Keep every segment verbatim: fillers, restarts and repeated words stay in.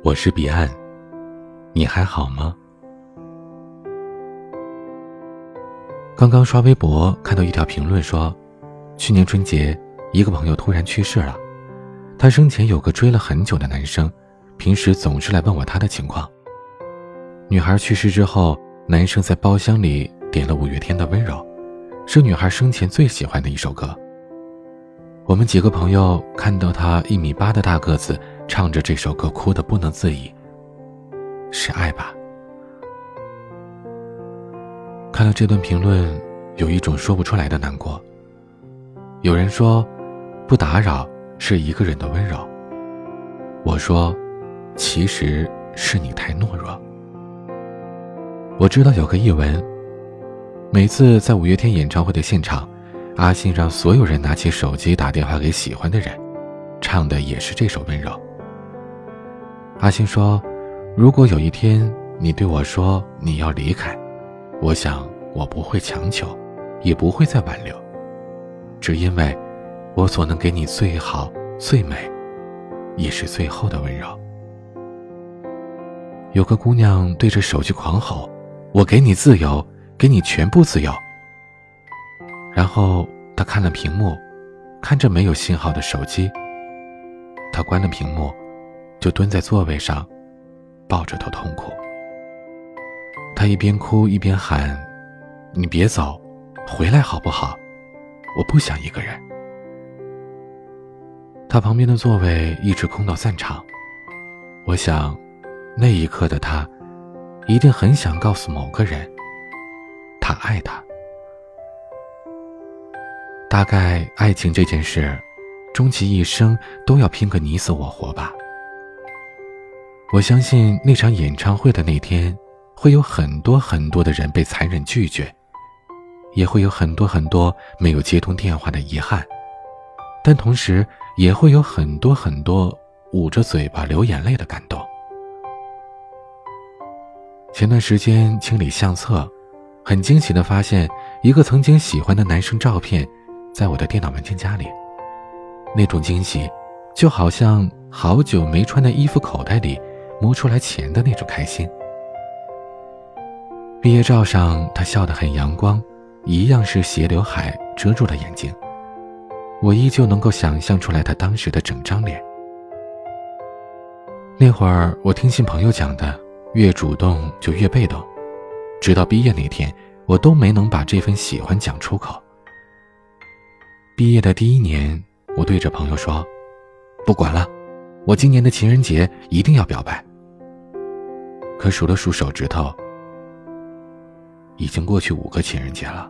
我是彼岸，你还好吗？刚刚刷微博看到一条评论说，去年春节一个朋友突然去世了，他生前有个追了很久的男生，平时总是来问我他的情况。女孩去世之后，男生在包厢里点了五月天的《温柔》，是女孩生前最喜欢的一首歌。我们几个朋友看到他一米八的大个子唱着这首歌，哭得不能自已。是爱吧？看了这段评论，有一种说不出来的难过。有人说，不打扰是一个人的温柔。我说，其实是你太懦弱。我知道有个译文，每次在五月天演唱会的现场，阿信让所有人拿起手机打电话给喜欢的人，唱的也是这首《温柔》。阿信说，如果有一天你对我说你要离开，我想我不会强求，也不会再挽留，只因为我所能给你最好最美也是最后的温柔。有个姑娘对着手机狂吼，我给你自由，给你全部自由。然后她看了屏幕，看着没有信号的手机，她关了屏幕，就蹲在座位上抱着头痛哭。她一边哭一边喊，你别走，回来好不好？我不想一个人。她旁边的座位一直空到散场，我想那一刻的她一定很想告诉某个人，她爱他。大概爱情这件事，终其一生都要拼个你死我活吧。我相信那场演唱会的那天，会有很多很多的人被残忍拒绝，也会有很多很多没有接通电话的遗憾，但同时也会有很多很多捂着嘴巴流眼泪的感动。前段时间清理相册，很惊喜地发现一个曾经喜欢的男生照片在我的电脑文件夹里，那种惊喜就好像好久没穿的衣服口袋里摸出来钱的那种开心。毕业照上他笑得很阳光，一样是斜刘海遮住了眼睛，我依旧能够想象出来他当时的整张脸。那会儿我听信朋友讲的，越主动就越被动，直到毕业那天，我都没能把这份喜欢讲出口。毕业的第一年，我对着朋友说，不管了，我今年的情人节一定要表白。可数了数手指头，已经过去五个情人节了。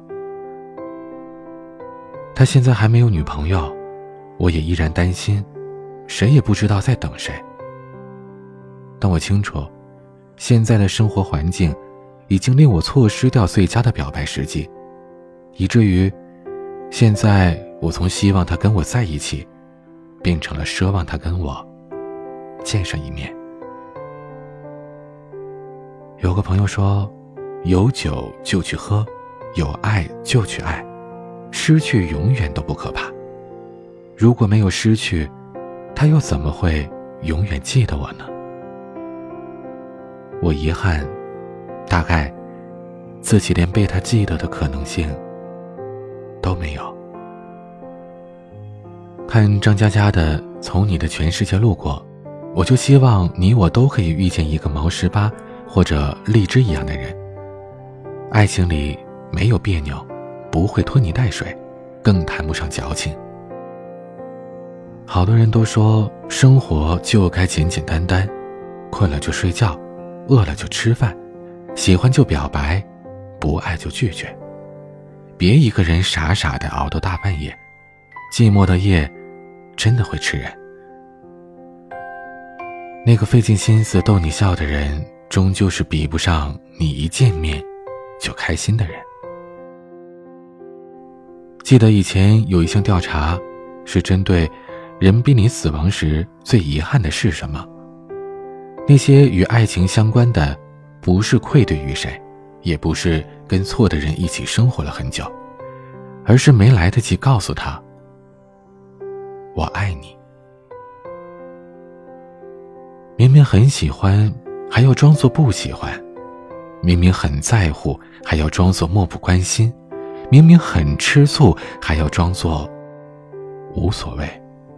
他现在还没有女朋友，我也依然担心，谁也不知道在等谁。但我清楚，现在的生活环境已经令我错失掉最佳的表白时机，以至于现在我从希望他跟我在一起，变成了奢望他跟我见上一面。有个朋友说，有酒就去喝，有爱就去爱，失去永远都不可怕。如果没有失去，他又怎么会永远记得我呢？我遗憾，大概自己连被他记得的可能性都没有。看张嘉佳的《从你的全世界路过》，我就希望你我都可以遇见一个毛十八或者荔枝一样的人。爱情里没有别扭，不会拖泥带水，更谈不上矫情。好多人都说生活就该简简单单，困了就睡觉，饿了就吃饭，喜欢就表白，不爱就拒绝。别一个人傻傻地熬到大半夜，寂寞的夜真的会吃人。那个费尽心思逗你笑的人，终究是比不上你一见面就开心的人。记得以前有一项调查，是针对人濒临死亡时最遗憾的是什么。那些与爱情相关的，不是愧对于谁，也不是跟错的人一起生活了很久，而是没来得及告诉他我爱你。 明明很喜欢，还要装作不喜欢；明明很在乎，还要装作漠不关心；明明很吃醋，还要装作无所谓。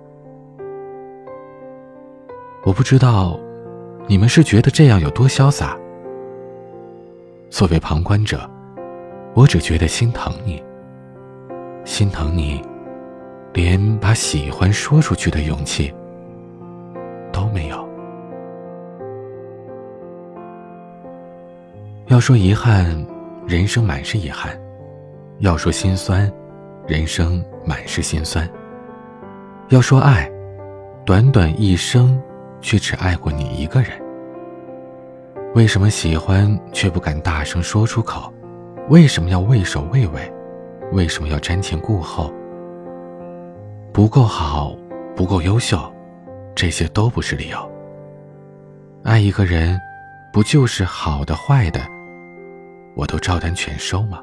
我不知道你们是觉得这样有多潇洒。作为旁观者，我只觉得心疼你，心疼你连把喜欢说出去的勇气都没有。要说遗憾，人生满是遗憾；要说心酸，人生满是心酸；要说爱，短短一生却只爱过你一个人。为什么喜欢却不敢大声说出口？为什么要畏首畏尾？为什么要瞻前顾后？不够好，不够优秀，这些都不是理由。爱一个人，不就是好的坏的我都照单全收吗？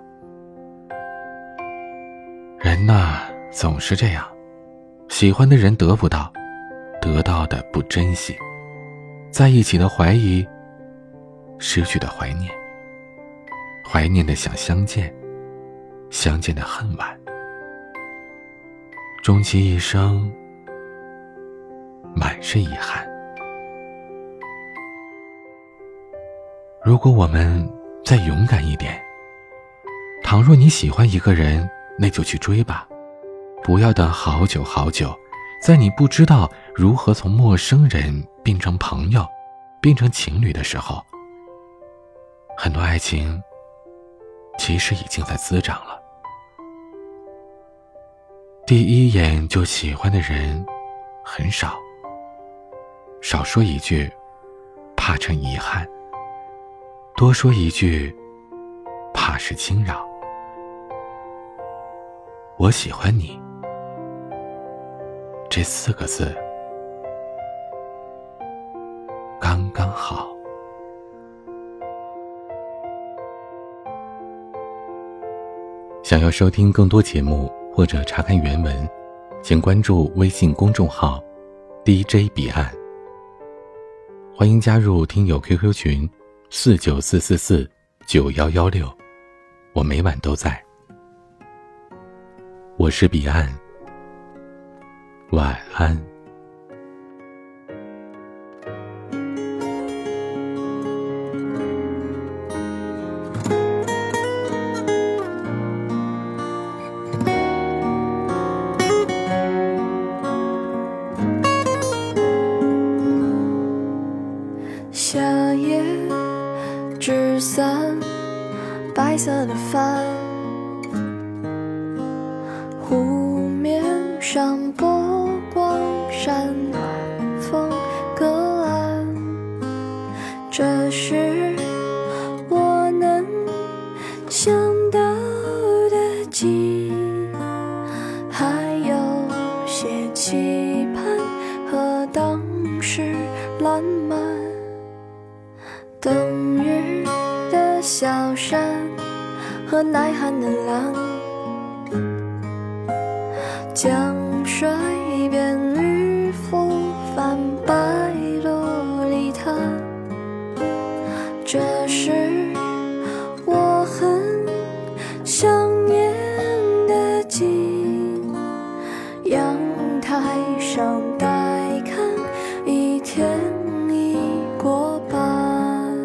人呐，总是这样，喜欢的人得不到，得到的不珍惜，在一起的怀疑，失去的怀念，怀念的想相见，相见的恨晚，终其一生满是遗憾。如果我们再勇敢一点，倘若你喜欢一个人，那就去追吧，不要等好久好久，在你不知道如何从陌生人变成朋友，变成情侣的时候，很多爱情其实已经在滋长了。第一眼就喜欢的人很少，少说一句怕成遗憾，多说一句怕是惊扰。我喜欢你这四个字刚刚好。想要收听更多节目或者查看原文，请关注微信公众号 D J 彼岸。欢迎加入听友 Q Q 群四九四四四九一一六，我每晚都在。我是彼岸，晚安。 夏夜纸伞，白色的帆，湖面上波光闪，风隔岸。这是我能想到的景，还有些期盼和当时烂漫。冬日的小山和耐寒的浪，江水边渔夫泛白琉璃塔。这是我很想念的景，阳台上待看，一天已过半。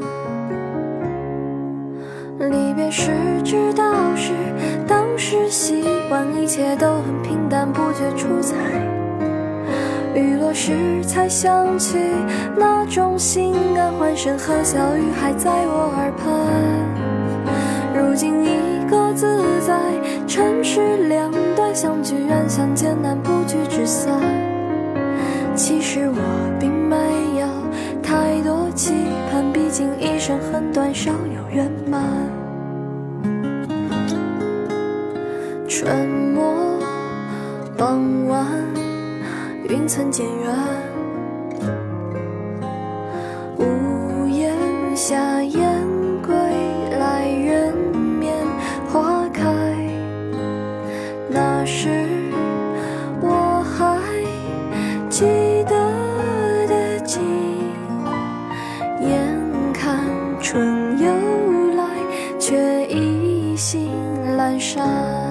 离别时知道是当时习惯，一切都很平淡，不觉出彩。雨落时才想起那种心安，欢声和笑语还在我耳畔。如今一个自在，城市两端，相聚远，相见难，不聚只散。其实我并没有太多期盼，毕竟一生很短，少有圆满。春末傍晚，云层渐远，屋檐下燕归来，人面花开。那时我还记得的景， 山。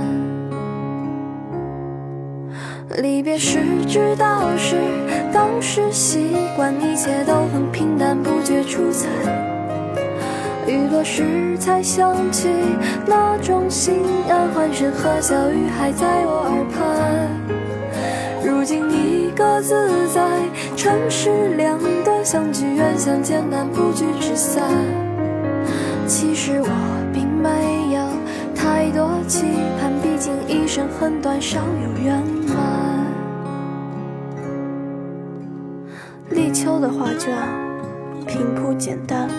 离别时知道是当时习惯，一切都很平淡，不觉出彩。雨落时才想起那种心安，欢声和笑语还在我耳畔。如今你各自在城市两端，相聚远相见难，不聚只散。其实我并没有太多期盼，毕竟一生很短，少有圆满。立秋的画卷平铺简单，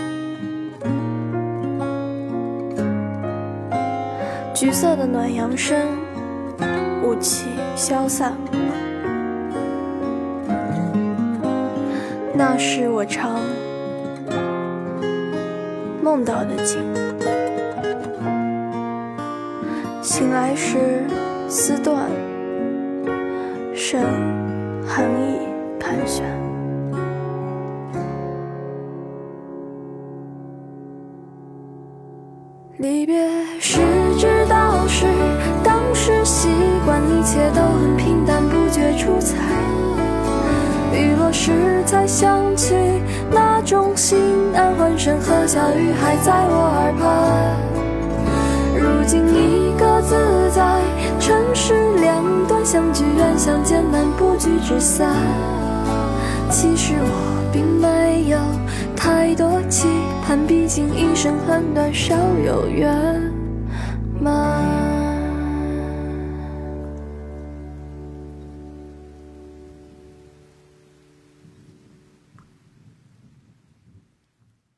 橘色的暖阳升，雾气消散。那是我常梦到的景，醒来时丝断，剩寒意盘旋。离别时知道是当时习惯，一切都很平淡，不觉出彩。雨落时才想起那种心安，欢声和笑语还在我耳畔。如今你各自在城市两端，相聚远相见难，不聚只散。其实我并没有太多期盼，毕竟一生很短，少有圆满。